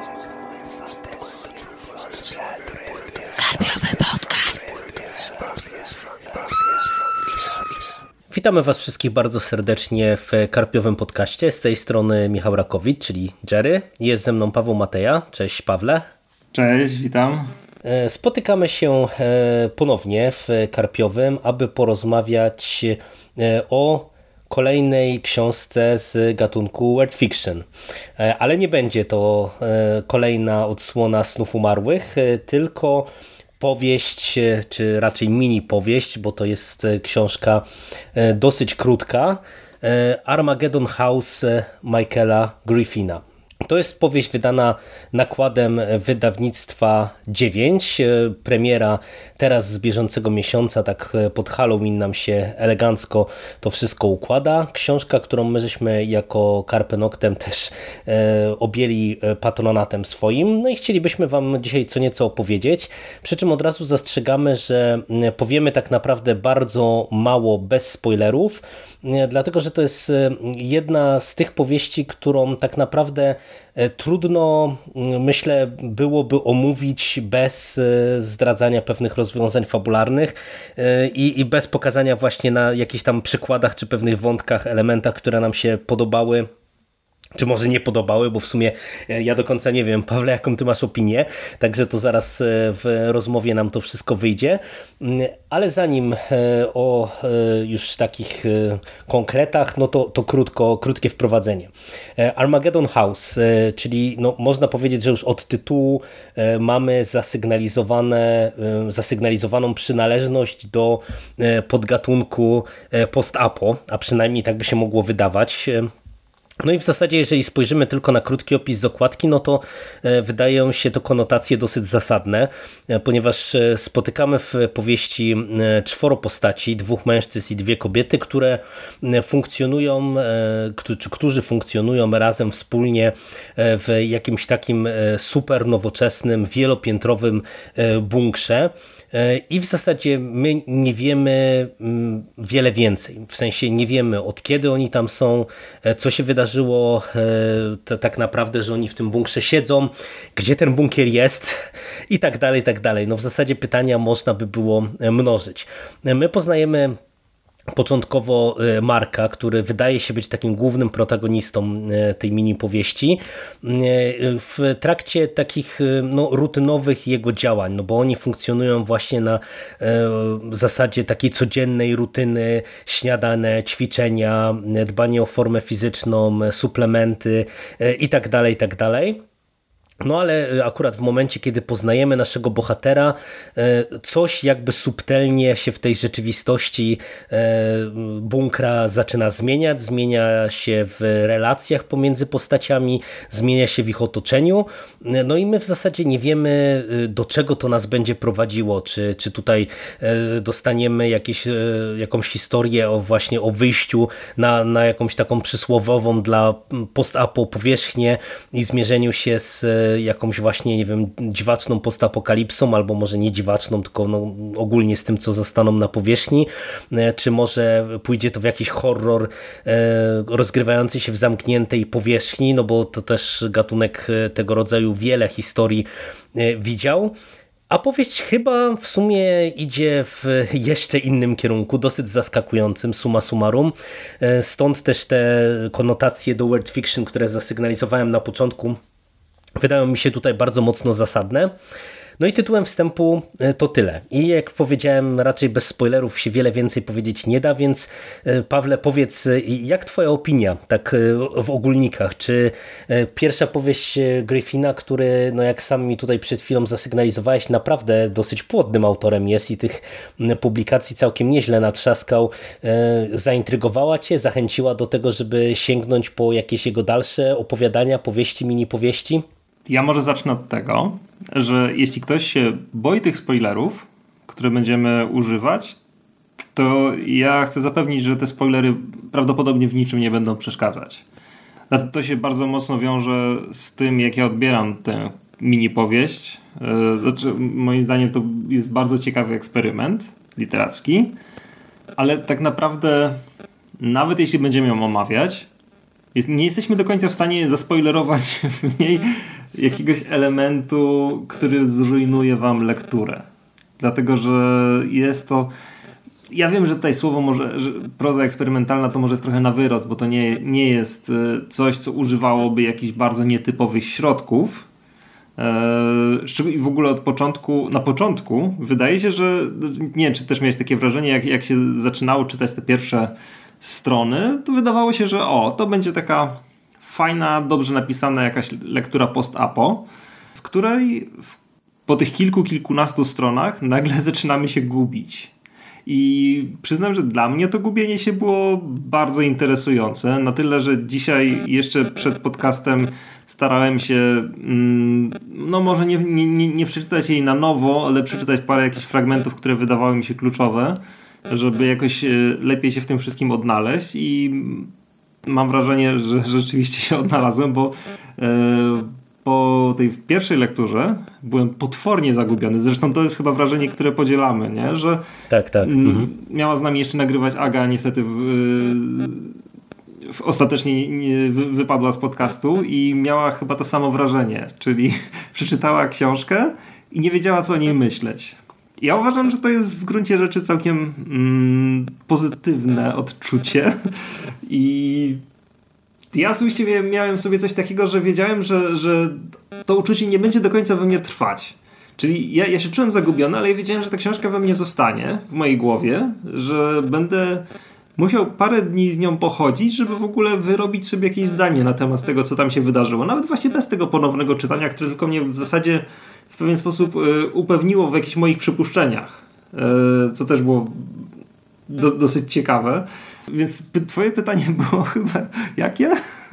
Witamy Was wszystkich bardzo serdecznie w Karpiowym Podcaście. Z tej strony Michał Rakowicz, czyli Jerry. Jest ze mną Paweł Mateja. Cześć Pawle. Cześć, witam. Spotykamy się ponownie w Karpiowym, aby porozmawiać o kolejnej książce z gatunku Weird Fiction. Ale nie będzie to kolejna odsłona Snów Umarłych, tylko powieść, czy raczej mini powieść, bo to jest książka dosyć krótka, Armageddon House Michaela Griffina. To jest powieść wydana nakładem wydawnictwa 9. Premiera teraz z bieżącego miesiąca, tak pod Halloween nam się elegancko to wszystko układa. Książka, którą my żeśmy jako Carpe Noctem też objęli patronatem swoim. No i chcielibyśmy Wam dzisiaj co nieco opowiedzieć. Przy czym od razu zastrzegamy, że powiemy tak naprawdę bardzo mało bez spoilerów, dlatego że to jest jedna z tych powieści, którą tak naprawdę trudno, myślę, byłoby omówić bez zdradzania pewnych rozwiązań fabularnych i bez pokazania właśnie na jakichś tam przykładach czy pewnych wątkach, elementach, które nam się podobały, czy może nie podobały, bo w sumie ja do końca nie wiem, Pawle, jaką ty masz opinię, także to zaraz w rozmowie nam to wszystko wyjdzie, ale zanim o już takich konkretach, no to krótkie wprowadzenie. Armageddon House, czyli no, można powiedzieć, że już od tytułu mamy zasygnalizowaną przynależność do podgatunku post-apo, a przynajmniej tak by się mogło wydawać. No i w zasadzie, jeżeli spojrzymy tylko na krótki opis z okładki, no to wydają się to konotacje dosyć zasadne, ponieważ spotykamy w powieści 4 postaci, 2 mężczyzn i 2 kobiety, które funkcjonują, którzy funkcjonują razem wspólnie w jakimś takim super nowoczesnym, wielopiętrowym bunkrze. I w zasadzie my nie wiemy wiele więcej, w sensie nie wiemy od kiedy oni tam są, co się wydarzyło tak naprawdę, że oni w tym bunkrze siedzą, gdzie ten bunkier jest i tak dalej, i tak dalej. No w zasadzie pytania można by było mnożyć. My poznajemy początkowo Marka, który wydaje się być takim głównym protagonistą tej mini powieści, w trakcie takich no, rutynowych jego działań, no bo oni funkcjonują właśnie na zasadzie takiej codziennej rutyny, śniadane, ćwiczenia, dbanie o formę fizyczną, suplementy i tak dalej, i tak dalej. No ale akurat w momencie, kiedy poznajemy naszego bohatera, coś jakby subtelnie się w tej rzeczywistości bunkra zaczyna zmieniać, zmienia się w relacjach pomiędzy postaciami, zmienia się w ich otoczeniu, no i my w zasadzie nie wiemy, do czego to nas będzie prowadziło, czy tutaj dostaniemy jakąś historię właśnie o wyjściu na jakąś taką przysłowiową dla post-apo powierzchnię i zmierzeniu się z jakąś właśnie, nie wiem, dziwaczną postapokalipsą, albo może nie dziwaczną, tylko no, ogólnie z tym, co zastaną na powierzchni, czy może pójdzie to w jakiś horror rozgrywający się w zamkniętej powierzchni, no bo to też gatunek tego rodzaju wiele historii widział. A powieść chyba w sumie idzie w jeszcze innym kierunku, dosyć zaskakującym, summa summarum. Stąd też te konotacje do Weird Fiction, które zasygnalizowałem na początku, wydają mi się tutaj bardzo mocno zasadne. No i tytułem wstępu to tyle. I jak powiedziałem, raczej bez spoilerów się wiele więcej powiedzieć nie da, więc Pawle, powiedz, jak twoja opinia, tak w ogólnikach? Czy pierwsza powieść Griffina, który, no jak sam mi tutaj przed chwilą zasygnalizowałeś, naprawdę dosyć płodnym autorem jest i tych publikacji całkiem nieźle natrzaskał, zaintrygowała cię, zachęciła do tego, żeby sięgnąć po jakieś jego dalsze opowiadania, powieści, mini powieści? Ja może zacznę od tego, że jeśli ktoś się boi tych spoilerów, które będziemy używać, to ja chcę zapewnić, że te spoilery prawdopodobnie w niczym nie będą przeszkadzać. To się bardzo mocno wiąże z tym, jak ja odbieram tę mini powieść. Znaczy, moim zdaniem to jest bardzo ciekawy eksperyment literacki, ale tak naprawdę nawet jeśli będziemy ją omawiać, nie jesteśmy do końca w stanie zaspoilerować w niej jakiegoś elementu, który zrujnuje wam lekturę. Dlatego, że jest to... Ja wiem, że tutaj słowo może, że proza eksperymentalna to może jest trochę na wyrost, bo to nie jest coś, co używałoby jakichś bardzo nietypowych środków. I w ogóle na początku wydaje się, że nie wiem, czy też miałeś takie wrażenie, jak się zaczynało czytać te pierwsze strony, to wydawało się, że to będzie taka fajna, dobrze napisana jakaś lektura post-apo, w której po tych kilkunastu stronach nagle zaczynamy się gubić. I przyznam, że dla mnie to gubienie się było bardzo interesujące, na tyle, że dzisiaj jeszcze przed podcastem starałem się może nie przeczytać jej na nowo, ale przeczytać parę jakichś fragmentów, które wydawały mi się kluczowe, żeby jakoś lepiej się w tym wszystkim odnaleźć i mam wrażenie, że rzeczywiście się odnalazłem, bo po tej pierwszej lekturze byłem potwornie zagubiony. Zresztą to jest chyba wrażenie, które podzielamy, nie? Że tak. Miała z nami jeszcze nagrywać Aga, niestety ostatecznie wypadła z podcastu i miała chyba to samo wrażenie, czyli przeczytała książkę i nie wiedziała, co o niej myśleć. Ja uważam, że to jest w gruncie rzeczy całkiem pozytywne odczucie i ja osobiście miałem sobie coś takiego, że wiedziałem, że to uczucie nie będzie do końca we mnie trwać. Czyli ja się czułem zagubiony, ale ja wiedziałem, że ta książka we mnie zostanie w mojej głowie, że będę musiał parę dni z nią pochodzić, żeby w ogóle wyrobić sobie jakieś zdanie na temat tego, co tam się wydarzyło. Nawet właśnie bez tego ponownego czytania, które tylko mnie w zasadzie w pewien sposób upewniło w jakichś moich przypuszczeniach. Co też było dosyć ciekawe. Więc twoje pytanie było chyba jakie?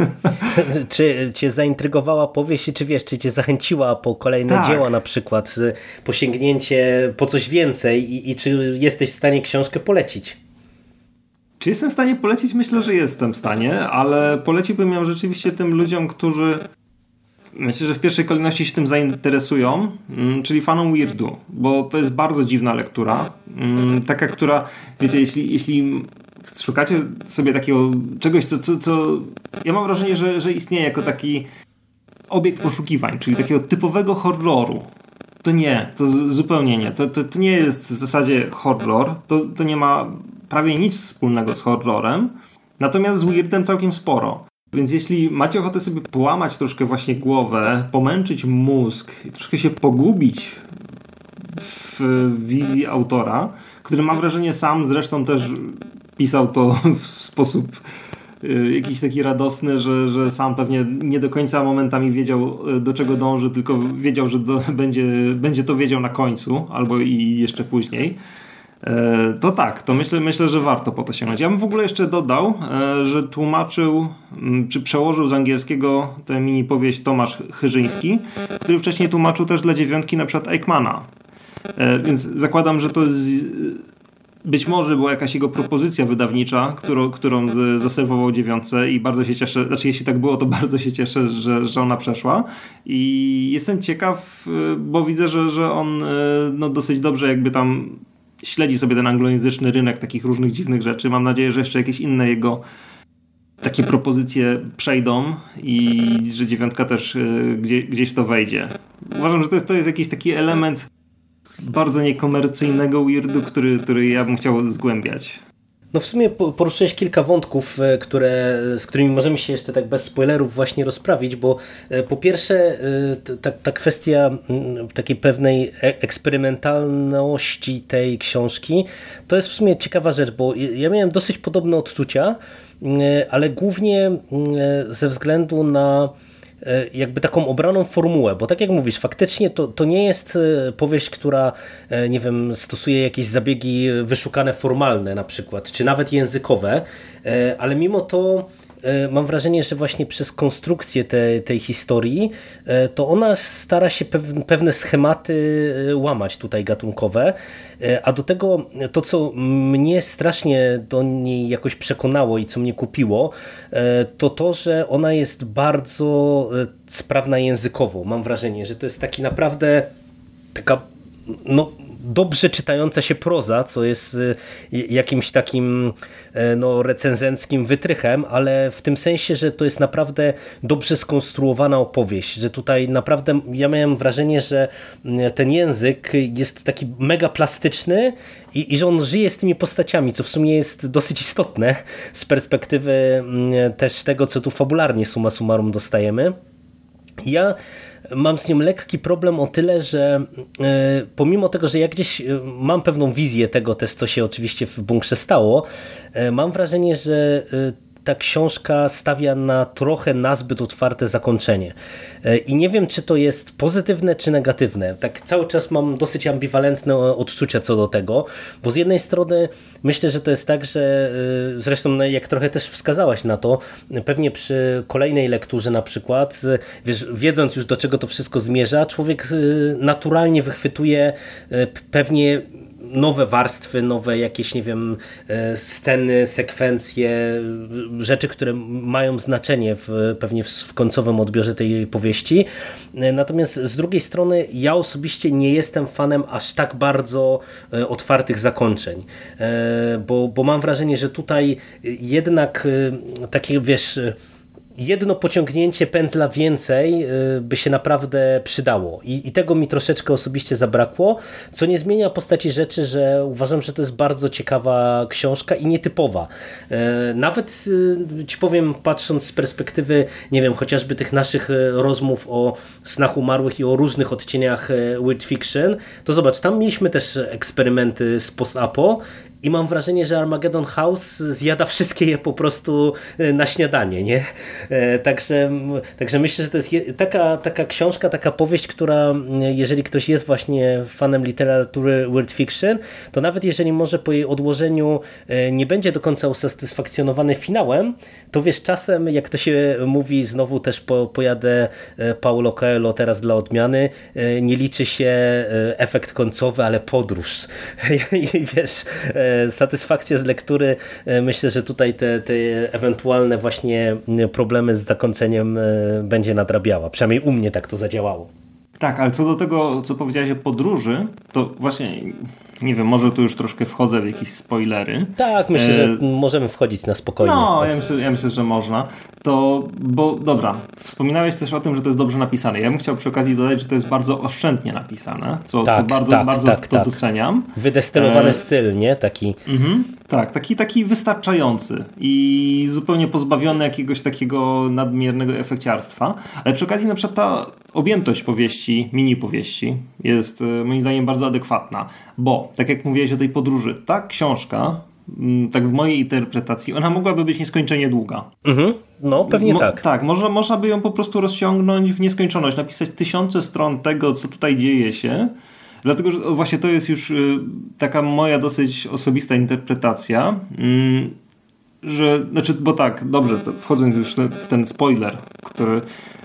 Czy cię zaintrygowała powieść, czy cię zachęciła po kolejne dzieła na przykład, po sięgnięcie po coś więcej i czy jesteś w stanie książkę polecić? Czy jestem w stanie polecić? Myślę, że jestem w stanie, ale poleciłbym ją rzeczywiście tym ludziom, którzy myślę, że w pierwszej kolejności się tym zainteresują, czyli fanom weirdu, bo to jest bardzo dziwna lektura. Taka, która, wiecie, jeśli szukacie sobie takiego czegoś, co ja mam wrażenie, że istnieje jako taki obiekt poszukiwań, czyli takiego typowego horroru. To zupełnie nie. To nie jest w zasadzie horror. To nie ma prawie nic wspólnego z horrorem. Natomiast z weirdem całkiem sporo. Więc jeśli macie ochotę sobie połamać troszkę właśnie głowę, pomęczyć mózg, troszkę się pogubić w wizji autora, który mam wrażenie sam zresztą też pisał to w sposób jakiś taki radosny, że sam pewnie nie do końca momentami wiedział, do czego dąży, tylko wiedział, że będzie to wiedział na końcu albo i jeszcze później. To tak, to myślę, że warto po to sięgnąć. Ja bym w ogóle jeszcze dodał, że tłumaczył, czy przełożył z angielskiego tę mini powieść Tomasz Chyrzyński, który wcześniej tłumaczył też dla 9 na przykład Eichmana. Więc zakładam, że to być może była jakaś jego propozycja wydawnicza, którą zaserwował 9 i bardzo się cieszę, znaczy jeśli tak było, to bardzo się cieszę, że ona przeszła i jestem ciekaw, bo widzę, że on dosyć dobrze jakby tam śledzi sobie ten anglojęzyczny rynek takich różnych dziwnych rzeczy. Mam nadzieję, że jeszcze jakieś inne jego takie propozycje przejdą i że 9 też gdzieś w to wejdzie. Uważam, że to jest jakiś taki element bardzo niekomercyjnego weirdu, który ja bym chciał zgłębiać. No w sumie poruszyłeś kilka wątków, z którymi możemy się jeszcze tak bez spoilerów właśnie rozprawić, bo po pierwsze ta kwestia takiej pewnej eksperymentalności tej książki to jest w sumie ciekawa rzecz, bo ja miałem dosyć podobne odczucia, ale głównie ze względu na jakby taką obraną formułę, bo tak jak mówisz, faktycznie to nie jest powieść, która, nie wiem, stosuje jakieś zabiegi wyszukane formalne na przykład, czy nawet językowe, ale mimo to mam wrażenie, że właśnie przez konstrukcję tej historii to ona stara się pewne schematy łamać tutaj gatunkowe, a do tego to, co mnie strasznie do niej jakoś przekonało i co mnie kupiło, to, że ona jest bardzo sprawna językowo. Mam wrażenie, że to jest taki naprawdę taka dobrze czytająca się proza, co jest jakimś takim recenzenckim wytrychem, ale w tym sensie, że to jest naprawdę dobrze skonstruowana opowieść, że tutaj naprawdę ja miałem wrażenie, że ten język jest taki mega plastyczny i że on żyje z tymi postaciami, co w sumie jest dosyć istotne z perspektywy też tego, co tu fabularnie summa summarum dostajemy. Ja mam z nią lekki problem o tyle, że pomimo tego, że ja gdzieś mam pewną wizję tego też, co się oczywiście w bunkrze stało, mam wrażenie, że ta książka stawia na trochę nazbyt otwarte zakończenie. I nie wiem, czy to jest pozytywne, czy negatywne. Tak cały czas mam dosyć ambiwalentne odczucia co do tego, bo z jednej strony myślę, że to jest tak, że zresztą jak trochę też wskazałaś na to, pewnie przy kolejnej lekturze na przykład, wiesz, wiedząc już do czego to wszystko zmierza, człowiek naturalnie wychwytuje pewnie nowe warstwy, nowe jakieś, nie wiem, sceny, sekwencje, rzeczy, które mają znaczenie pewnie w końcowym odbiorze tej powieści. Natomiast z drugiej strony ja osobiście nie jestem fanem aż tak bardzo otwartych zakończeń, bo mam wrażenie, że tutaj jednak takie, wiesz, jedno pociągnięcie pędzla więcej by się naprawdę przydało. I tego mi troszeczkę osobiście zabrakło, co nie zmienia postaci rzeczy, że uważam, że to jest bardzo ciekawa książka i nietypowa. Nawet ci powiem, patrząc z perspektywy, nie wiem, chociażby tych naszych rozmów o snach umarłych i o różnych odcieniach weird fiction, to zobacz, tam mieliśmy też eksperymenty z post-apo i mam wrażenie, że Armageddon House zjada wszystkie je po prostu na śniadanie, nie? Także myślę, że to jest taka książka, taka powieść, która jeżeli ktoś jest właśnie fanem literatury weird fiction, to nawet jeżeli może po jej odłożeniu nie będzie do końca usatysfakcjonowany finałem, to wiesz, czasem jak to się mówi, znowu też pojadę Paulo Coelho teraz dla odmiany, nie liczy się efekt końcowy, ale podróż. I wiesz, satysfakcja z lektury, myślę, że tutaj te ewentualne właśnie problemy z zakończeniem będzie nadrabiała. Przynajmniej u mnie tak to zadziałało. Tak, ale co do tego, co powiedziałeś o podróży, to właśnie, nie wiem, może tu już troszkę wchodzę w jakieś spoilery. Tak, myślę, że możemy wchodzić na spokojnie. No, ja myślę, że można. Bo dobra, wspominałeś też o tym, że to jest dobrze napisane. Ja bym chciał przy okazji dodać, że to jest bardzo oszczędnie napisane, co bardzo doceniam. Wydestylowany styl, nie? Taki. Tak, taki wystarczający i zupełnie pozbawiony jakiegoś takiego nadmiernego efekciarstwa. Ale przy okazji na przykład ta objętość powieści, mini powieści jest moim zdaniem bardzo adekwatna, bo tak jak mówiłeś o tej podróży, ta książka, tak w mojej interpretacji, ona mogłaby być nieskończenie długa. No, pewnie tak. Tak, można by ją po prostu rozciągnąć w nieskończoność, napisać 1000 stron tego, co tutaj dzieje się, dlatego, że właśnie to jest już taka moja dosyć osobista interpretacja, że, znaczy, bo tak, dobrze, wchodząc już w ten spoiler, który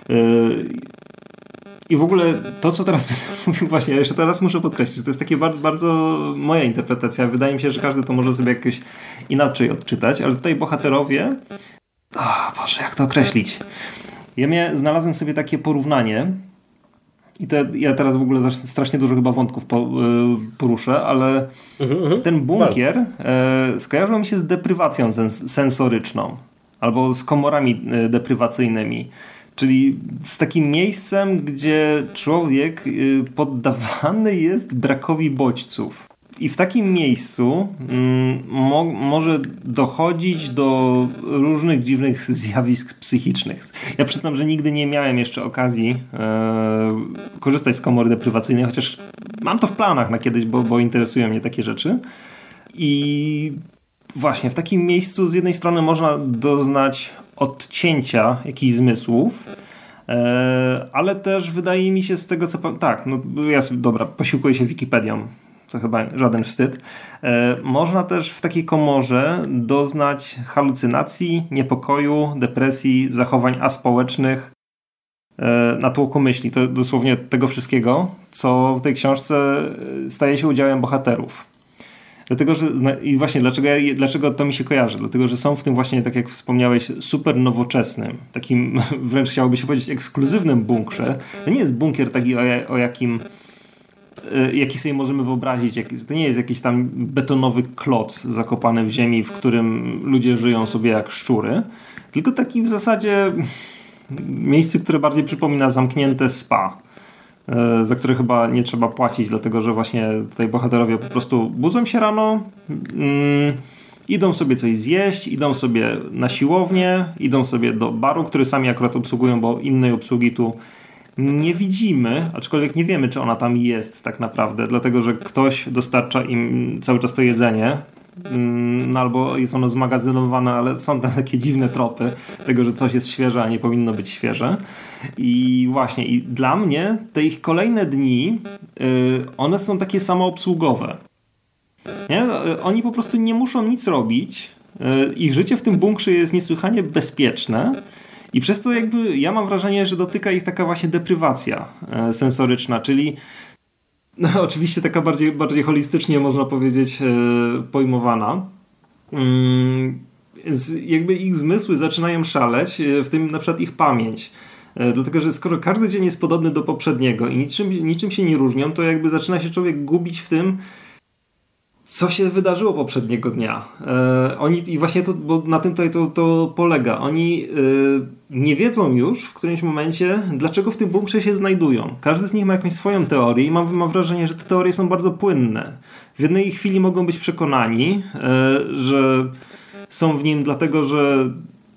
i w ogóle to, co teraz będę mówił, właśnie, jeszcze teraz muszę podkreślić, że to jest takie bardzo, bardzo moja interpretacja. Wydaje mi się, że każdy to może sobie jakoś inaczej odczytać, ale tutaj bohaterowie... Boże, jak to określić? Znalazłem sobie takie porównanie i ja teraz w ogóle strasznie dużo chyba wątków poruszę, ale ten bunkier skojarzył mi się z deprywacją sensoryczną albo z komorami deprywacyjnymi. Czyli z takim miejscem, gdzie człowiek poddawany jest brakowi bodźców. I w takim miejscu może dochodzić do różnych dziwnych zjawisk psychicznych. Ja przyznam, że nigdy nie miałem jeszcze okazji korzystać z komory deprywacyjnej, chociaż mam to w planach na kiedyś, bo interesują mnie takie rzeczy. I właśnie w takim miejscu z jednej strony można doznać odcięcia jakichś zmysłów, ale też wydaje mi się z tego, co... Tak, no ja sobie, dobra, posiłkuję się Wikipedią. To chyba żaden wstyd. Można też w takiej komorze doznać halucynacji, niepokoju, depresji, zachowań aspołecznych, natłoku myśli. To dosłownie tego wszystkiego, co w tej książce staje się udziałem bohaterów. Dlatego, że i właśnie dlaczego to mi się kojarzy? Dlatego, że są w tym właśnie, tak jak wspomniałeś, super nowoczesnym, takim wręcz chciałoby się powiedzieć ekskluzywnym bunkrze. To nie jest bunkier taki, o jakim jaki sobie możemy wyobrazić. To nie jest jakiś tam betonowy kloc zakopany w ziemi, w którym ludzie żyją sobie jak szczury, tylko taki w zasadzie miejsce, które bardziej przypomina zamknięte spa, za które chyba nie trzeba płacić, dlatego że właśnie tutaj bohaterowie po prostu budzą się rano, idą sobie coś zjeść, idą sobie na siłownię, idą sobie do baru, który sami akurat obsługują, bo innej obsługi tu nie widzimy, aczkolwiek nie wiemy, czy ona tam jest tak naprawdę, dlatego że ktoś dostarcza im cały czas to jedzenie, no albo jest ono zmagazynowane, ale są tam takie dziwne tropy tego, że coś jest świeże, a nie powinno być świeże. I właśnie, i dla mnie te ich kolejne dni, one są takie samoobsługowe. Nie? Oni po prostu nie muszą nic robić. Ich życie w tym bunkrze jest niesłychanie bezpieczne i przez to jakby ja mam wrażenie, że dotyka ich taka właśnie deprywacja sensoryczna, czyli no, oczywiście taka bardziej holistycznie można powiedzieć pojmowana. Jakby ich zmysły zaczynają szaleć, w tym na przykład ich pamięć. Dlatego, że skoro każdy dzień jest podobny do poprzedniego i niczym się nie różnią, to jakby zaczyna się człowiek gubić w tym, co się wydarzyło poprzedniego dnia. I właśnie to, bo na tym tutaj to polega. Oni nie wiedzą już w którymś momencie, dlaczego w tym bunkrze się znajdują. Każdy z nich ma jakąś swoją teorię i mam wrażenie, że te teorie są bardzo płynne. W jednej chwili mogą być przekonani, że są w nim dlatego, że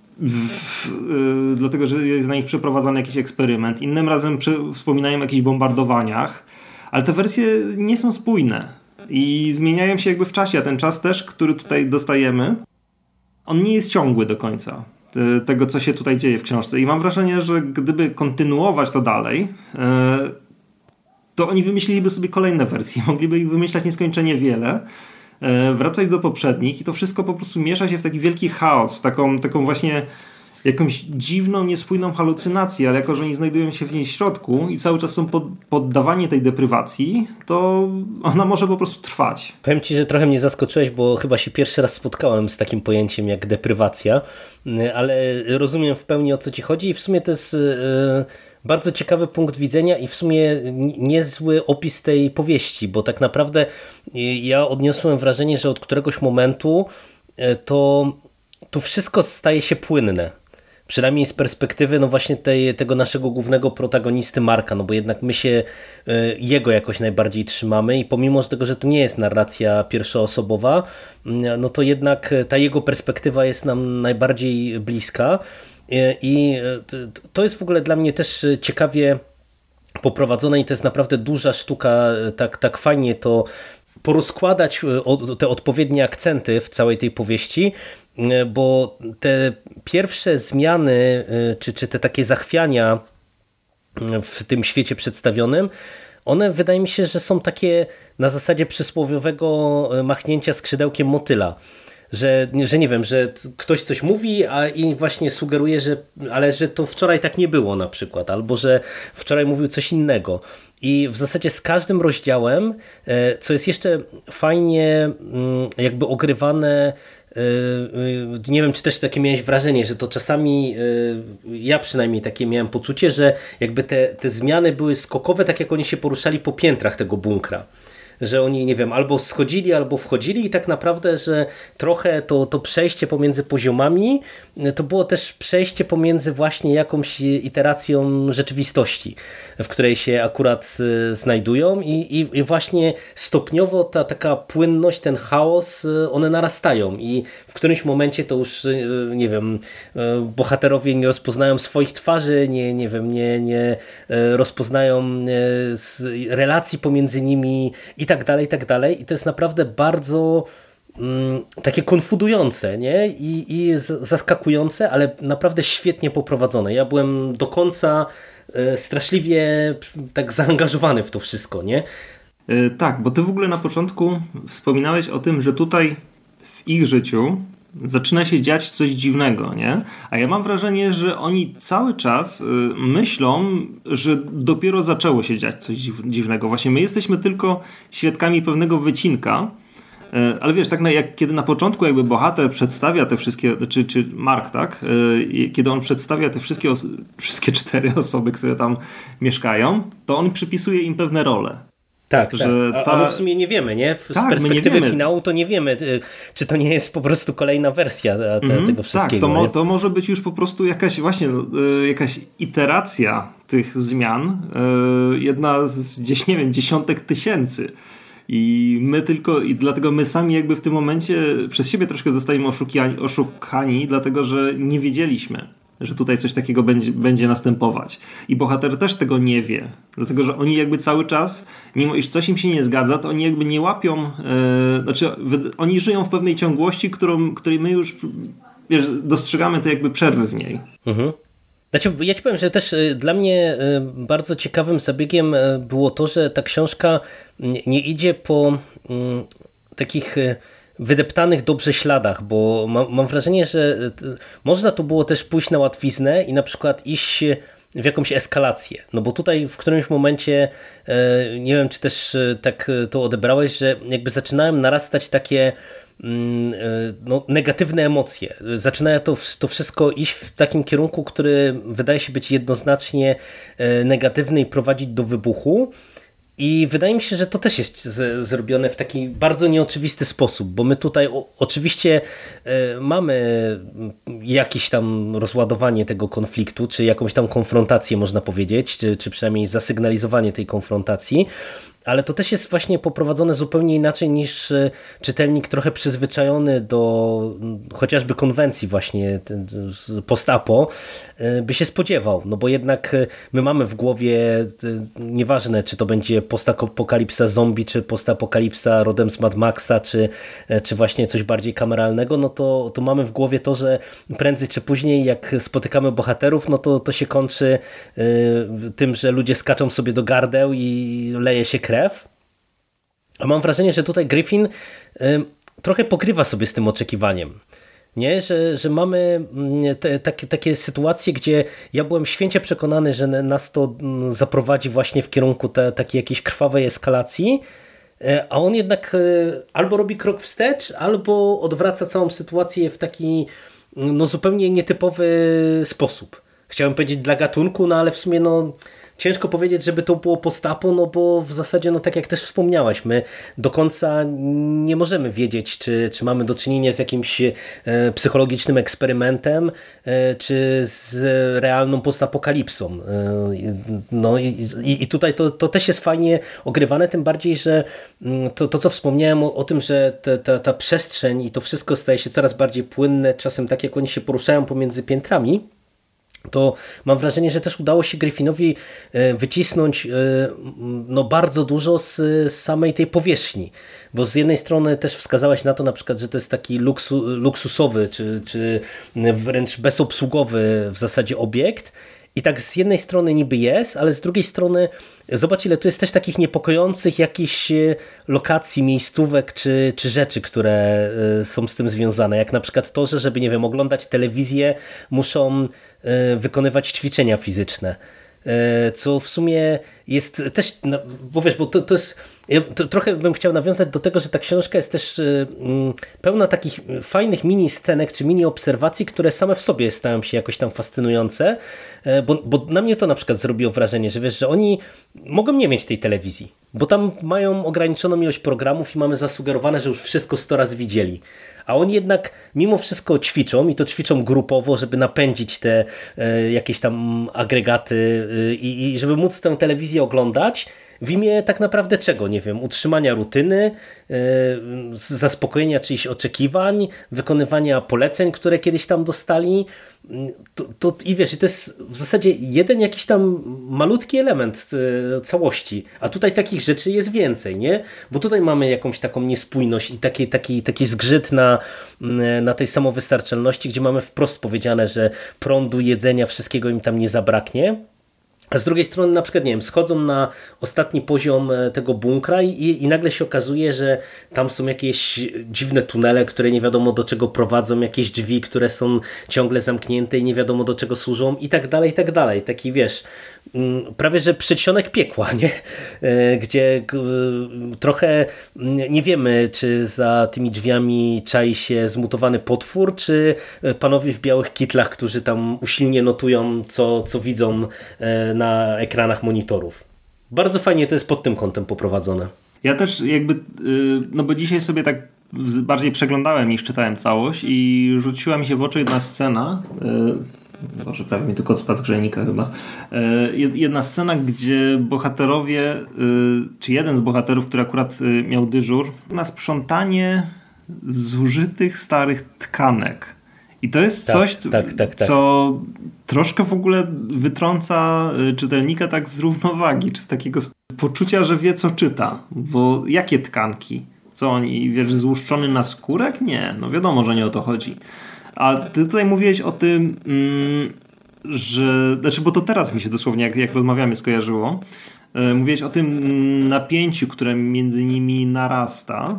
jest na nich przeprowadzany jakiś eksperyment. Innym razem wspominają o jakichś bombardowaniach, ale te wersje nie są spójne. I zmieniają się jakby w czasie, a ten czas też, który tutaj dostajemy, on nie jest ciągły do końca tego, co się tutaj dzieje w książce. I mam wrażenie, że gdyby kontynuować to dalej, to oni wymyśliliby sobie kolejne wersje. Mogliby ich wymyślać nieskończenie wiele, wracać do poprzednich i to wszystko po prostu miesza się w taki wielki chaos, w taką właśnie jakąś dziwną, niespójną halucynację, ale jako, że oni znajdują się w niej w środku i cały czas są poddawani tej deprywacji, to ona może po prostu trwać. Powiem ci, że trochę mnie zaskoczyłeś, bo chyba się pierwszy raz spotkałem z takim pojęciem jak deprywacja, ale rozumiem w pełni, o co ci chodzi i w sumie to jest bardzo ciekawy punkt widzenia i w sumie niezły opis tej powieści, bo tak naprawdę ja odniosłem wrażenie, że od któregoś momentu to wszystko staje się płynne. Przynajmniej z perspektywy no właśnie tego naszego głównego protagonisty Marka, no bo jednak my się jego jakoś najbardziej trzymamy i pomimo tego, że to nie jest narracja pierwszoosobowa, no to jednak ta jego perspektywa jest nam najbardziej bliska i to jest w ogóle dla mnie też ciekawie poprowadzone i to jest naprawdę duża sztuka, tak fajnie to porozkładać te odpowiednie akcenty w całej tej powieści, bo te pierwsze zmiany, czy te takie zachwiania w tym świecie przedstawionym, one wydaje mi się, że są takie na zasadzie przysłowiowego machnięcia skrzydełkiem motyla. Że nie wiem, że ktoś coś mówi i właśnie sugeruje, że to wczoraj tak nie było na przykład, albo że wczoraj mówił coś innego. I w zasadzie z każdym rozdziałem, co jest jeszcze fajnie jakby ogrywane, nie wiem, czy też takie miałeś wrażenie, że to czasami, ja przynajmniej takie miałem poczucie, że jakby te zmiany były skokowe, tak jak oni się poruszali po piętrach tego bunkra. Że oni, nie wiem, albo schodzili, albo wchodzili i tak naprawdę, że trochę to przejście pomiędzy poziomami to było też przejście pomiędzy właśnie jakąś iteracją rzeczywistości, w której się akurat znajdują i właśnie stopniowo ta taka płynność, ten chaos, one narastają i w którymś momencie to już, nie wiem, bohaterowie nie rozpoznają swoich twarzy, nie rozpoznają relacji pomiędzy nimi i tak dalej, i tak dalej. I to jest naprawdę bardzo takie konfudujące, nie? I zaskakujące, ale naprawdę świetnie poprowadzone. Ja byłem do końca straszliwie tak zaangażowany w to wszystko, nie? Tak, bo ty w ogóle na początku wspominałeś o tym, że tutaj w ich życiu zaczyna się dziać coś dziwnego, nie? A ja mam wrażenie, że oni cały czas myślą, że dopiero zaczęło się dziać coś dziwnego. Właśnie my jesteśmy tylko świadkami pewnego wycinka, ale wiesz, tak jak kiedy na początku jakby bohater przedstawia te wszystkie, czy Mark, tak? Kiedy on przedstawia te wszystkie 4 osoby, które tam mieszkają, to on przypisuje im pewne role. Tak, że tak. A my w sumie nie wiemy, nie? Z perspektywy finału to nie wiemy, czy to nie jest po prostu kolejna wersja tego wszystkiego. Tak, to może być już po prostu jakaś iteracja tych zmian, jedna z gdzieś, nie wiem, dziesiątek tysięcy. I dlatego my sami jakby w tym momencie przez siebie troszkę zostajemy oszukani, dlatego że nie wiedzieliśmy, że tutaj coś takiego będzie następować. I bohater też tego nie wie, dlatego że oni jakby cały czas, mimo iż coś im się nie zgadza, to oni jakby nie łapią, oni żyją w pewnej ciągłości, której my już dostrzegamy te jakby przerwy w niej. Mhm. Znaczy, ja ci powiem, że też dla mnie bardzo ciekawym zabiegiem było to, że ta książka nie idzie po takich wydeptanych dobrze śladach, bo mam wrażenie, że można tu było też pójść na łatwiznę i na przykład iść w jakąś eskalację. No bo tutaj w którymś momencie, nie wiem, czy też tak to odebrałeś, że jakby zaczynałem narastać takie negatywne emocje. Zaczyna to wszystko iść w takim kierunku, który wydaje się być jednoznacznie negatywny i prowadzić do wybuchu. I wydaje mi się, że to też jest zrobione w taki bardzo nieoczywisty sposób, bo my tutaj oczywiście mamy jakieś tam rozładowanie tego konfliktu, czy jakąś tam konfrontację można powiedzieć, czy przynajmniej zasygnalizowanie tej konfrontacji, ale to też jest właśnie poprowadzone zupełnie inaczej niż czytelnik trochę przyzwyczajony do chociażby konwencji właśnie post-apo by się spodziewał, no bo jednak my mamy w głowie, nieważne czy to będzie postapokalipsa zombie, czy postapokalipsa rodem z Mad Maxa, czy właśnie coś bardziej kameralnego, no to mamy w głowie to, że prędzej czy później jak spotykamy bohaterów, no to się kończy tym, że ludzie skaczą sobie do gardeł i leje się krew. A mam wrażenie, że tutaj Griffin trochę pokrywa sobie z tym oczekiwaniem. Nie? Że mamy takie sytuacje, gdzie ja byłem święcie przekonany, że nas to zaprowadzi właśnie w kierunku takiej jakiejś krwawej eskalacji, a on jednak albo robi krok wstecz, albo odwraca całą sytuację w taki zupełnie nietypowy sposób. Chciałem powiedzieć dla gatunku, no ale w sumie ciężko powiedzieć, żeby to było post-apo, no bo w zasadzie, tak jak też wspomniałaś, my do końca nie możemy wiedzieć, czy mamy do czynienia z jakimś psychologicznym eksperymentem, czy z realną postapokalipsą. No i tutaj to też jest fajnie ogrywane, tym bardziej, że to co wspomniałem o tym, że ta przestrzeń i to wszystko staje się coraz bardziej płynne, czasem tak jak oni się poruszają pomiędzy piętrami, to mam wrażenie, że też udało się Griffinowi wycisnąć bardzo dużo z samej tej powierzchni. Bo z jednej strony też wskazałaś na to na przykład, że to jest taki luksusowy, czy wręcz bezobsługowy w zasadzie obiekt. I tak z jednej strony niby jest, ale z drugiej strony zobacz, ile tu jest też takich niepokojących jakichś lokacji, miejscówek czy rzeczy, które są z tym związane. Jak na przykład to, że żeby, nie wiem, oglądać telewizję, muszą wykonywać ćwiczenia fizyczne. Co w sumie jest też, bo wiesz, bo to jest, trochę bym chciał nawiązać do tego, że ta książka jest też pełna takich fajnych mini scenek, czy mini obserwacji, które same w sobie stają się jakoś tam fascynujące, bo na mnie to na przykład zrobiło wrażenie, że wiesz, że oni mogą nie mieć tej telewizji, bo tam mają ograniczoną ilość programów i mamy zasugerowane, że już wszystko 100 razy widzieli. A oni jednak mimo wszystko ćwiczą i to ćwiczą grupowo, żeby napędzić te jakieś tam agregaty i żeby móc tę telewizję oglądać w imię tak naprawdę czego? Nie wiem, utrzymania rutyny, zaspokojenia czyichś oczekiwań, wykonywania poleceń, które kiedyś tam dostali. I wiesz, to jest w zasadzie jeden jakiś tam malutki element całości, a tutaj takich rzeczy jest więcej, nie? Bo tutaj mamy jakąś taką niespójność i taki zgrzyt na tej samowystarczalności, gdzie mamy wprost powiedziane, że prądu, jedzenia, wszystkiego im tam nie zabraknie. A z drugiej strony na przykład, nie wiem, schodzą na ostatni poziom tego bunkra i nagle się okazuje, że tam są jakieś dziwne tunele, które nie wiadomo do czego prowadzą, jakieś drzwi, które są ciągle zamknięte i nie wiadomo do czego służą i tak dalej, i tak dalej. Taki, wiesz, prawie że przedsionek piekła, nie? Gdzie trochę nie wiemy, czy za tymi drzwiami czai się zmutowany potwór, czy panowie w białych kitlach, którzy tam usilnie notują, co widzą na ekranach monitorów. Bardzo fajnie to jest pod tym kątem poprowadzone. Ja też jakby, no bo dzisiaj sobie tak bardziej przeglądałem niż czytałem całość i rzuciła mi się w oczy jedna scena, Boże, prawie mi tu kot spadł z grzejnika chyba. Jedna scena, gdzie bohaterowie, czy jeden z bohaterów, który akurat miał dyżur, na sprzątanie zużytych starych tkanek. I to jest coś, co troszkę w ogóle wytrąca czytelnika tak z równowagi, czy z takiego poczucia, że wie, co czyta. Bo jakie tkanki? Co oni, wiesz, złuszczony na skórek? Nie, no wiadomo, że nie o to chodzi. A ty tutaj mówiłeś o tym, że... Znaczy, bo to teraz mi się dosłownie, jak rozmawiamy, skojarzyło. Mówiłeś o tym napięciu, które między nimi narasta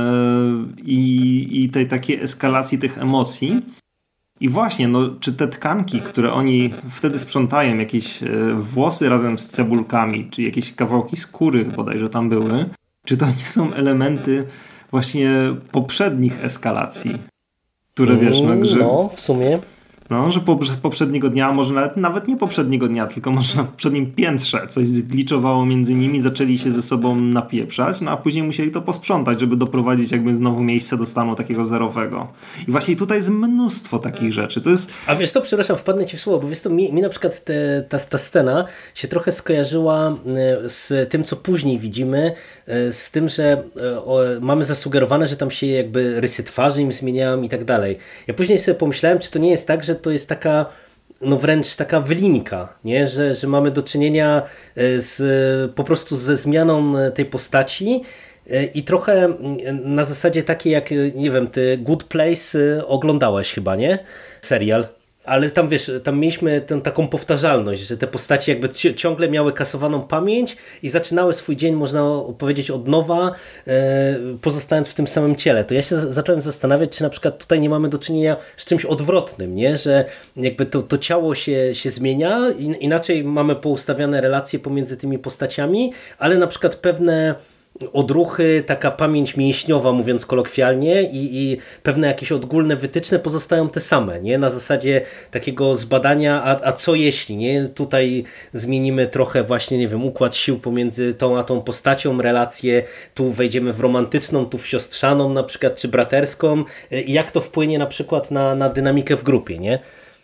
i tej takiej eskalacji tych emocji. I właśnie, no, czy te tkanki, które oni wtedy sprzątają, jakieś włosy razem z cebulkami, czy jakieś kawałki skóry bodajże tam były, czy to nie są elementy właśnie poprzednich eskalacji? Które wiesz, no, w sumie. No, że poprzedniego dnia, może nawet nie poprzedniego dnia, tylko może na poprzednim piętrze coś zgliczowało między nimi, zaczęli się ze sobą napieprzać, no a później musieli to posprzątać, żeby doprowadzić jakby znowu miejsce do stanu takiego zerowego. I właśnie tutaj jest mnóstwo takich rzeczy. To jest... A wiesz to, przepraszam, wpadnę ci w słowo, bo wiesz to, mi na przykład ta scena się trochę skojarzyła z tym, co później widzimy, z tym, że mamy zasugerowane, że tam się jakby rysy twarzy im zmieniają i tak dalej. Ja później sobie pomyślałem, czy to nie jest tak, że to jest taka, no wręcz taka wylinka, nie? Że mamy do czynienia po prostu ze zmianą tej postaci i trochę na zasadzie takiej jak, nie wiem, ty Good Place oglądałeś chyba, nie? Serial. Ale tam wiesz, tam mieliśmy tę taką powtarzalność, że te postaci jakby ciągle miały kasowaną pamięć i zaczynały swój dzień, można powiedzieć, od nowa, pozostając w tym samym ciele. To ja się zacząłem zastanawiać, czy na przykład tutaj nie mamy do czynienia z czymś odwrotnym, nie? Że jakby to ciało się zmienia, inaczej mamy poustawiane relacje pomiędzy tymi postaciami, ale na przykład pewne odruchy, taka pamięć mięśniowa, mówiąc kolokwialnie, i pewne jakieś odgólne wytyczne pozostają te same, nie? Na zasadzie takiego zbadania, a co jeśli, nie? Tutaj zmienimy trochę właśnie, nie wiem, układ sił pomiędzy tą a tą postacią, relacje, tu wejdziemy w romantyczną, tu w siostrzaną na przykład, czy braterską, i jak to wpłynie na przykład na dynamikę w grupie, nie?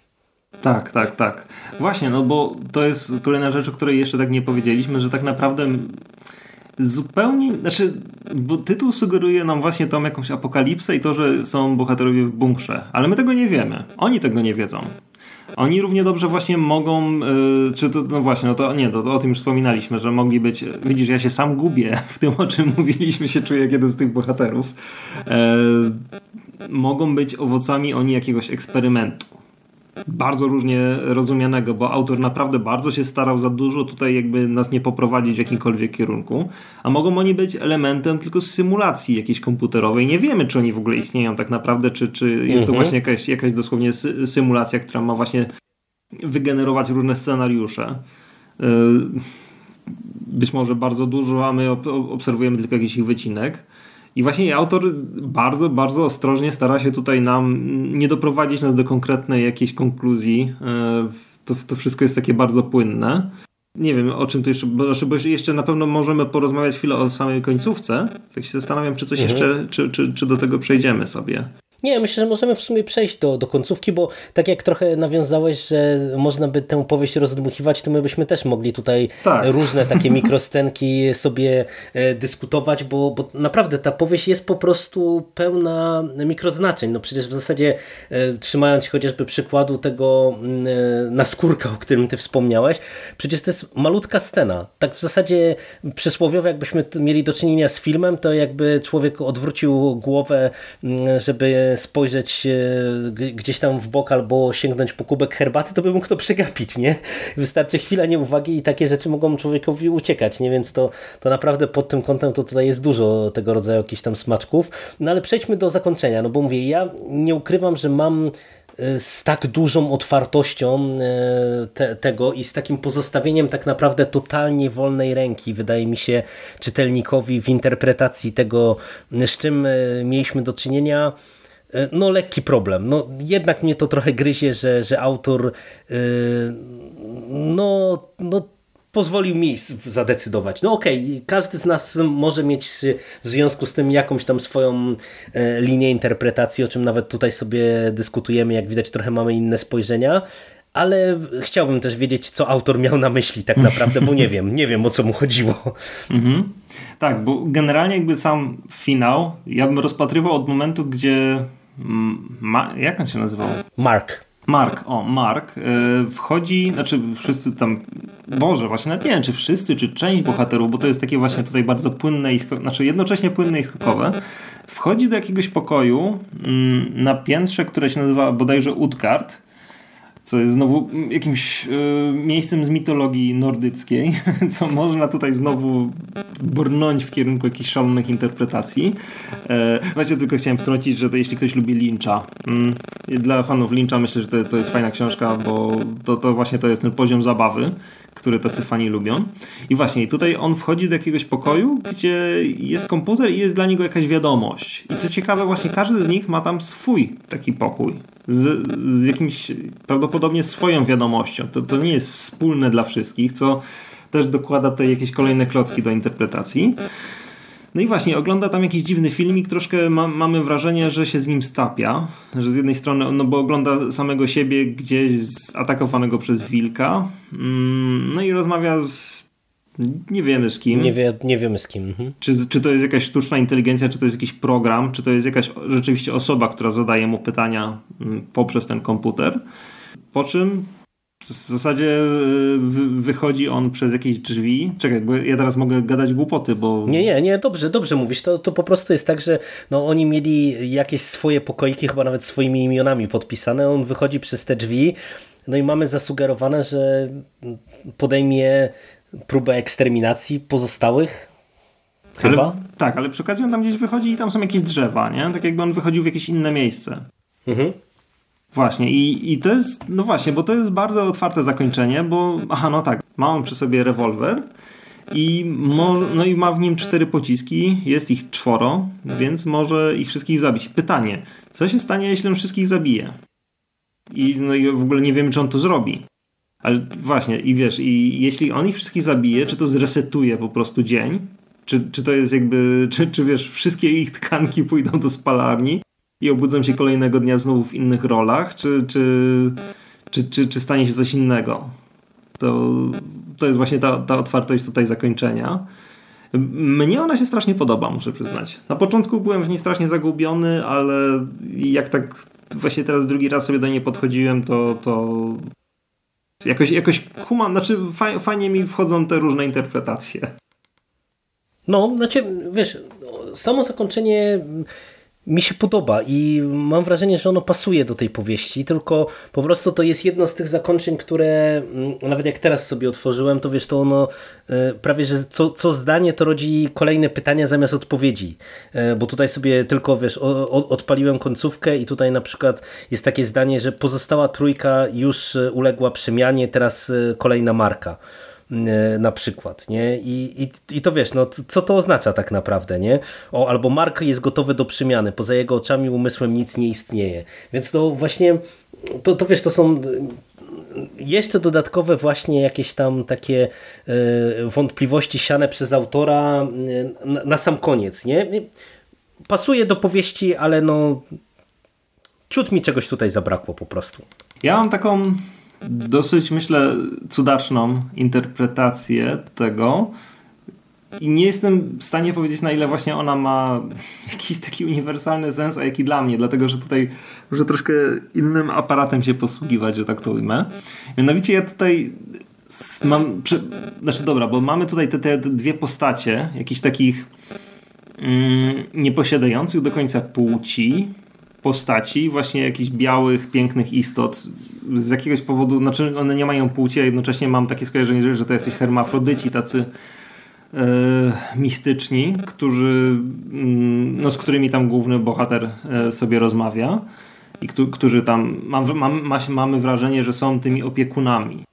Tak. Właśnie, no bo to jest kolejna rzecz, o której jeszcze tak nie powiedzieliśmy, że tak naprawdę zupełnie, znaczy, bo tytuł sugeruje nam właśnie tą jakąś apokalipsę i to, że są bohaterowie w bunkrze, ale my tego nie wiemy. Oni tego nie wiedzą. Oni równie dobrze właśnie mogą, czy to, no właśnie, no to nie, to o tym już wspominaliśmy, że mogli być, widzisz, ja się sam gubię w tym, o czym mówiliśmy, się czuję jak jeden z tych bohaterów. Mogą być owocami oni jakiegoś eksperymentu. Bardzo różnie rozumianego, bo autor naprawdę bardzo się starał za dużo tutaj jakby nas nie poprowadzić w jakimkolwiek kierunku, a mogą oni być elementem tylko symulacji jakiejś komputerowej. Nie wiemy, czy oni w ogóle istnieją tak naprawdę, czy jest to właśnie jakaś dosłownie symulacja, która ma właśnie wygenerować różne scenariusze. Być może bardzo dużo, a my obserwujemy tylko jakiś ich wycinek. I właśnie autor bardzo, bardzo ostrożnie stara się tutaj nam nie doprowadzić nas do konkretnej jakiejś konkluzji. To wszystko jest takie bardzo płynne. Nie wiem, o czym tu jeszcze, bo jeszcze na pewno możemy porozmawiać chwilę o samej końcówce. Tak się zastanawiam, czy coś jeszcze, czy do tego przejdziemy sobie. Nie, myślę, że możemy w sumie przejść do końcówki, bo tak jak trochę nawiązałeś, że można by tę powieść rozdmuchiwać, to my byśmy też mogli tutaj różne takie mikroscenki sobie dyskutować, bo naprawdę ta powieść jest po prostu pełna mikroznaczeń. No przecież w zasadzie trzymając się chociażby przykładu tego naskórka, o którym ty wspomniałeś, przecież to jest malutka scena. Tak w zasadzie przysłowiowo, jakbyśmy mieli do czynienia z filmem, to jakby człowiek odwrócił głowę, żeby spojrzeć gdzieś tam w bok albo sięgnąć po kubek herbaty, to by mógł to przegapić, nie? Wystarczy chwila nieuwagi i takie rzeczy mogą człowiekowi uciekać, nie? Więc to naprawdę pod tym kątem to tutaj jest dużo tego rodzaju jakichś tam smaczków. No ale przejdźmy do zakończenia, no bo mówię, ja nie ukrywam, że mam z tak dużą otwartością tego i z takim pozostawieniem tak naprawdę totalnie wolnej ręki, wydaje mi się, czytelnikowi w interpretacji tego, z czym mieliśmy do czynienia, no lekki problem. No jednak mnie to trochę gryzie, że autor no pozwolił mi zadecydować. No okej, każdy z nas może mieć w związku z tym jakąś tam swoją linię interpretacji, o czym nawet tutaj sobie dyskutujemy, jak widać trochę mamy inne spojrzenia, ale chciałbym też wiedzieć, co autor miał na myśli tak naprawdę, bo nie wiem o co mu chodziło. Tak, bo generalnie jakby sam finał ja bym rozpatrywał od momentu, gdzie jak on się nazywał? Mark wchodzi, znaczy wszyscy tam, Boże, właśnie nawet nie wiem, czy wszyscy, czy część bohaterów, bo to jest takie właśnie tutaj bardzo płynne i znaczy jednocześnie płynne i skokowe, wchodzi do jakiegoś pokoju na piętrze, które się nazywa bodajże Utgard, co jest znowu jakimś miejscem z mitologii nordyckiej, co można tutaj znowu brnąć w kierunku jakichś szalonych interpretacji. Właśnie tylko chciałem wtrącić, że to jeśli ktoś lubi Lyncha, dla fanów Lyncha myślę, że to jest fajna książka, bo to właśnie to jest ten poziom zabawy, który tacy fani lubią. I właśnie tutaj on wchodzi do jakiegoś pokoju, gdzie jest komputer i jest dla niego jakaś wiadomość. I co ciekawe, właśnie każdy z nich ma tam swój taki pokój. Z jakimś prawdopodobnie swoją wiadomością. To nie jest wspólne dla wszystkich, co też dokłada tutaj jakieś kolejne klocki do interpretacji. No i właśnie, ogląda tam jakiś dziwny filmik, troszkę mamy wrażenie, że się z nim stapia, że z jednej strony, no bo ogląda samego siebie gdzieś zaatakowanego przez wilka, no i rozmawia nie wiemy z kim. Nie wiemy z kim. Czy to jest jakaś sztuczna inteligencja, czy to jest jakiś program, czy to jest jakaś rzeczywiście osoba, która zadaje mu pytania poprzez ten komputer. Po czym w zasadzie wychodzi on przez jakieś drzwi. Czekaj, bo ja teraz mogę gadać głupoty, bo... Nie, dobrze mówisz. To po prostu jest tak, że no, oni mieli jakieś swoje pokoiki, chyba nawet swoimi imionami podpisane. On wychodzi przez te drzwi, no i mamy zasugerowane, że podejmie próbę eksterminacji pozostałych. Chyba? Tak, ale przy okazji on tam gdzieś wychodzi i tam są jakieś drzewa, nie? Tak jakby on wychodził w jakieś inne miejsce. Właśnie i to jest, no właśnie, bo to jest bardzo otwarte zakończenie, bo no tak, ma on przy sobie rewolwer i ma w nim 4 pociski, jest ich 4, więc może ich wszystkich zabić. Pytanie, co się stanie, jeśli on wszystkich zabije? I w ogóle nie wiemy, czy on to zrobi. Ale właśnie, i wiesz, i jeśli on ich wszystkich zabije, czy to zresetuje po prostu dzień? Czy to jest jakby, czy wiesz, wszystkie ich tkanki pójdą do spalarni i obudzą się kolejnego dnia znowu w innych rolach? Czy stanie się coś innego? To jest właśnie ta otwartość tutaj zakończenia. Mnie ona się strasznie podoba, muszę przyznać. Na początku byłem w niej strasznie zagubiony, ale jak tak właśnie teraz drugi raz sobie do niej podchodziłem, to jakoś znaczy fajnie mi wchodzą te różne interpretacje. No, znaczy, wiesz, samo zakończenie mi się podoba i mam wrażenie, że ono pasuje do tej powieści, tylko po prostu to jest jedno z tych zakończeń, które nawet jak teraz sobie otworzyłem, to wiesz, to ono prawie, że co zdanie to rodzi kolejne pytania zamiast odpowiedzi, bo tutaj sobie tylko, wiesz, odpaliłem końcówkę i tutaj na przykład jest takie zdanie, że pozostała trójka już uległa przemianie, teraz kolejna marka. Na przykład, nie? I to wiesz, no co to oznacza tak naprawdę, nie? Albo Mark jest gotowy do przemiany, poza jego oczami i umysłem nic nie istnieje. Więc to właśnie, to wiesz, to są jeszcze dodatkowe właśnie jakieś tam takie wątpliwości siane przez autora na sam koniec, nie? Pasuje do powieści, ale no ciut mi czegoś tutaj zabrakło po prostu. Ja mam taką dosyć, myślę, cudaczną interpretację tego i nie jestem w stanie powiedzieć, na ile właśnie ona ma jakiś taki uniwersalny sens, a jaki dla mnie, dlatego, że tutaj muszę troszkę innym aparatem się posługiwać, że tak to ujmę. Mianowicie ja tutaj mam, bo mamy tutaj te dwie postacie, jakichś takich nieposiadających do końca płci, postaci, właśnie jakichś białych, pięknych istot. Z jakiegoś powodu, znaczy one nie mają płci, a jednocześnie mam takie skojarzenie, że to jacyś hermafrodyci, tacy mistyczni, którzy, z którymi tam główny bohater sobie rozmawia i którzy tam, mamy wrażenie, że są tymi opiekunami.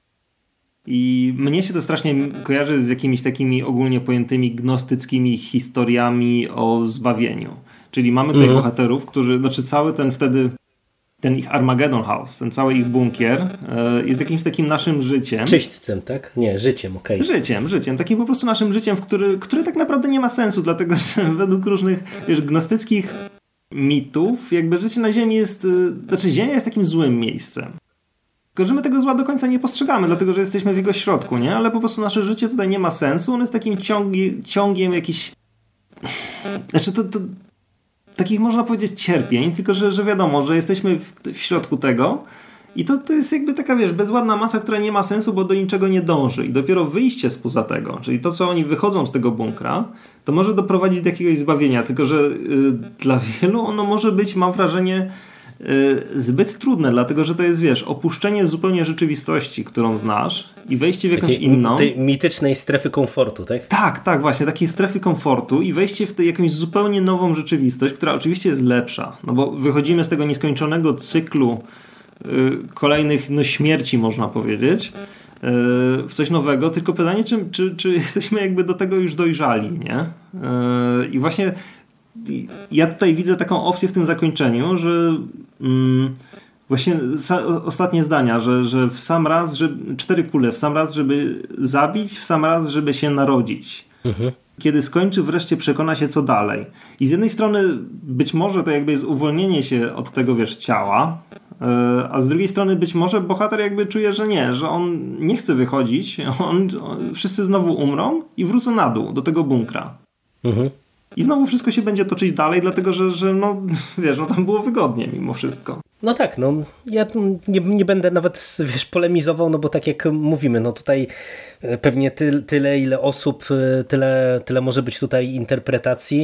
I mnie się to strasznie kojarzy z jakimiś takimi ogólnie pojętymi gnostyckimi historiami o zbawieniu. Czyli mamy tutaj bohaterów, którzy, cały ten wtedy ten ich Armageddon House, ten cały ich bunkier jest jakimś takim naszym życiem. Czyśćcem, tak? Nie, życiem, okej. Życiem. Takim po prostu naszym życiem, który tak naprawdę nie ma sensu, dlatego że według różnych, gnostyckich mitów, jakby życie na Ziemi jest, Ziemia jest takim złym miejscem. Tylko, że my tego zła do końca nie postrzegamy, dlatego, że jesteśmy w jego środku, nie? Ale po prostu nasze życie tutaj nie ma sensu, on jest takim ciągiem jakichś... takich można powiedzieć cierpień, tylko, że wiadomo, że jesteśmy w środku tego i to jest jakby taka, bezładna masa, która nie ma sensu, bo do niczego nie dąży. I dopiero wyjście spoza tego, czyli to, co oni wychodzą z tego bunkra, to może doprowadzić do jakiegoś zbawienia, tylko, że dla wielu ono może być, mam wrażenie, zbyt trudne, dlatego, że to jest, opuszczenie zupełnie rzeczywistości, którą znasz i wejście w jakąś inną. Tej mitycznej strefy komfortu, tak? Tak, właśnie, takiej strefy komfortu i wejście w jakąś zupełnie nową rzeczywistość, która oczywiście jest lepsza, no bo wychodzimy z tego nieskończonego cyklu kolejnych śmierci, można powiedzieć, w coś nowego, tylko pytanie, czy jesteśmy jakby do tego już dojrzali, nie? I właśnie ja tutaj widzę taką opcję w tym zakończeniu, że właśnie ostatnie zdania, że w sam raz, 4 kule, w sam raz, żeby zabić, w sam raz, żeby się narodzić. Mhm. Kiedy skończy, wreszcie przekona się, co dalej. I z jednej strony być może to jakby jest uwolnienie się od tego, ciała, a z drugiej strony być może bohater jakby czuje, że nie, że on nie chce wychodzić, wszyscy znowu umrą i wrócą na dół, do tego bunkra. Mhm. I znowu wszystko się będzie toczyć dalej, dlatego że tam było wygodnie mimo wszystko. No tak, ja nie będę nawet, polemizował, no bo tak jak mówimy, tutaj pewnie tyle, ile osób, tyle może być tutaj interpretacji.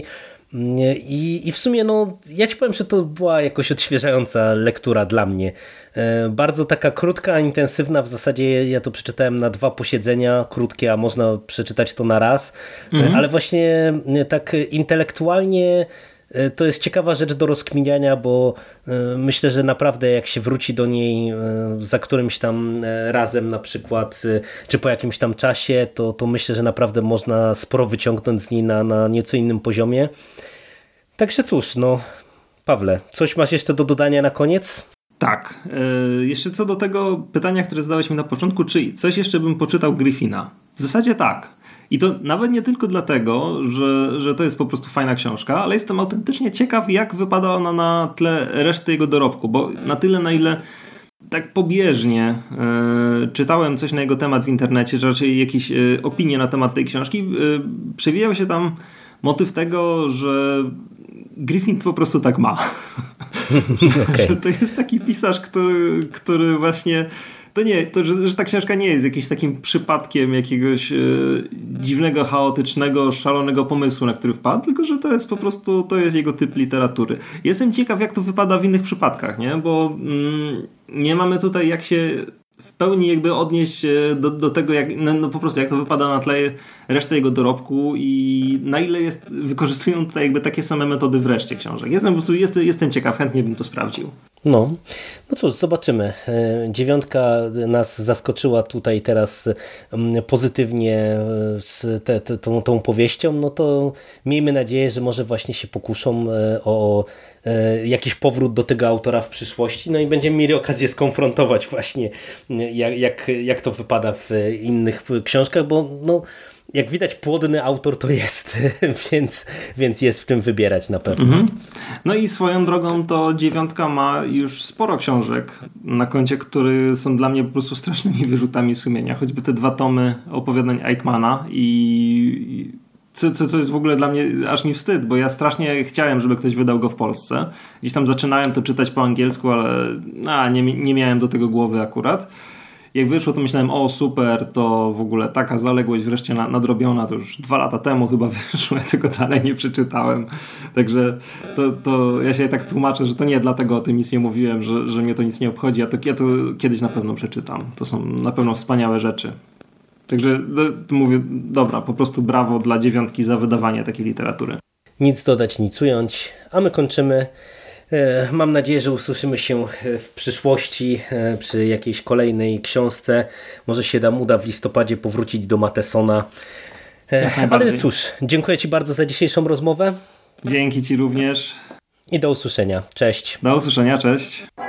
I w sumie, ja ci powiem, że to była jakoś odświeżająca lektura dla mnie. Bardzo taka krótka, intensywna, w zasadzie ja to przeczytałem na 2 posiedzenia, krótkie, a można przeczytać to na raz, ale właśnie tak intelektualnie to jest ciekawa rzecz do rozkminiania, bo myślę, że naprawdę jak się wróci do niej za którymś tam razem na przykład, czy po jakimś tam czasie, to myślę, że naprawdę można sporo wyciągnąć z niej na nieco innym poziomie. Także cóż, Pawle, coś masz jeszcze do dodania na koniec? Tak. Jeszcze co do tego pytania, które zadałeś mi na początku, czy coś jeszcze bym poczytał Griffina? W zasadzie tak. I to nawet nie tylko dlatego, że to jest po prostu fajna książka, ale jestem autentycznie ciekaw, jak wypada ona na tle reszty jego dorobku, bo na tyle, na ile tak pobieżnie czytałem coś na jego temat w internecie, czy raczej jakieś opinie na temat tej książki, przewijał się tam motyw tego, że Griffin po prostu tak ma. Okay. Że to jest taki pisarz, który właśnie... że ta książka nie jest jakimś takim przypadkiem jakiegoś dziwnego, chaotycznego, szalonego pomysłu, na który wpadł, tylko że to jest po prostu, to jest jego typ literatury. Jestem ciekaw, jak to wypada w innych przypadkach, nie? Bo nie mamy tutaj jak się w pełni jakby odnieść do tego, jak, po prostu jak to wypada na tle reszty jego dorobku i na ile wykorzystują tutaj jakby takie same metody w reszcie książek. Jestem ciekaw, chętnie bym to sprawdził. No cóż, zobaczymy. 9 nas zaskoczyła tutaj teraz pozytywnie z tą powieścią, no to miejmy nadzieję, że może właśnie się pokuszą o jakiś powrót do tego autora w przyszłości, no i będziemy mieli okazję skonfrontować właśnie jak to wypada w innych książkach, bo jak widać, płodny autor to jest, więc jest w czym wybierać na pewno. Mhm. No i swoją drogą to 9 ma już sporo książek na koncie, które są dla mnie po prostu strasznymi wyrzutami sumienia. Choćby te 2 tomy opowiadań Eichmana i co jest w ogóle dla mnie aż mi wstyd, bo ja strasznie chciałem, żeby ktoś wydał go w Polsce. Gdzieś tam zaczynałem to czytać po angielsku, ale nie miałem do tego głowy akurat. Jak wyszło, to myślałem, o super, to w ogóle taka zaległość wreszcie nadrobiona, to już 2 lata temu chyba wyszło, ja tego dalej nie przeczytałem. Także to ja się tak tłumaczę, że to nie dlatego o tym nic nie mówiłem, że mnie to nic nie obchodzi, ja to kiedyś na pewno przeczytam. To są na pewno wspaniałe rzeczy. Także mówię, dobra, po prostu brawo dla 9 za wydawanie takiej literatury. Nic dodać, nic ująć, a my kończymy. Mam nadzieję, że usłyszymy się w przyszłości przy jakiejś kolejnej książce. Może się nam uda w listopadzie powrócić do Mattesona. Ale cóż, dziękuję Ci bardzo za dzisiejszą rozmowę. Dzięki Ci również. I do usłyszenia. Cześć. Do usłyszenia, cześć.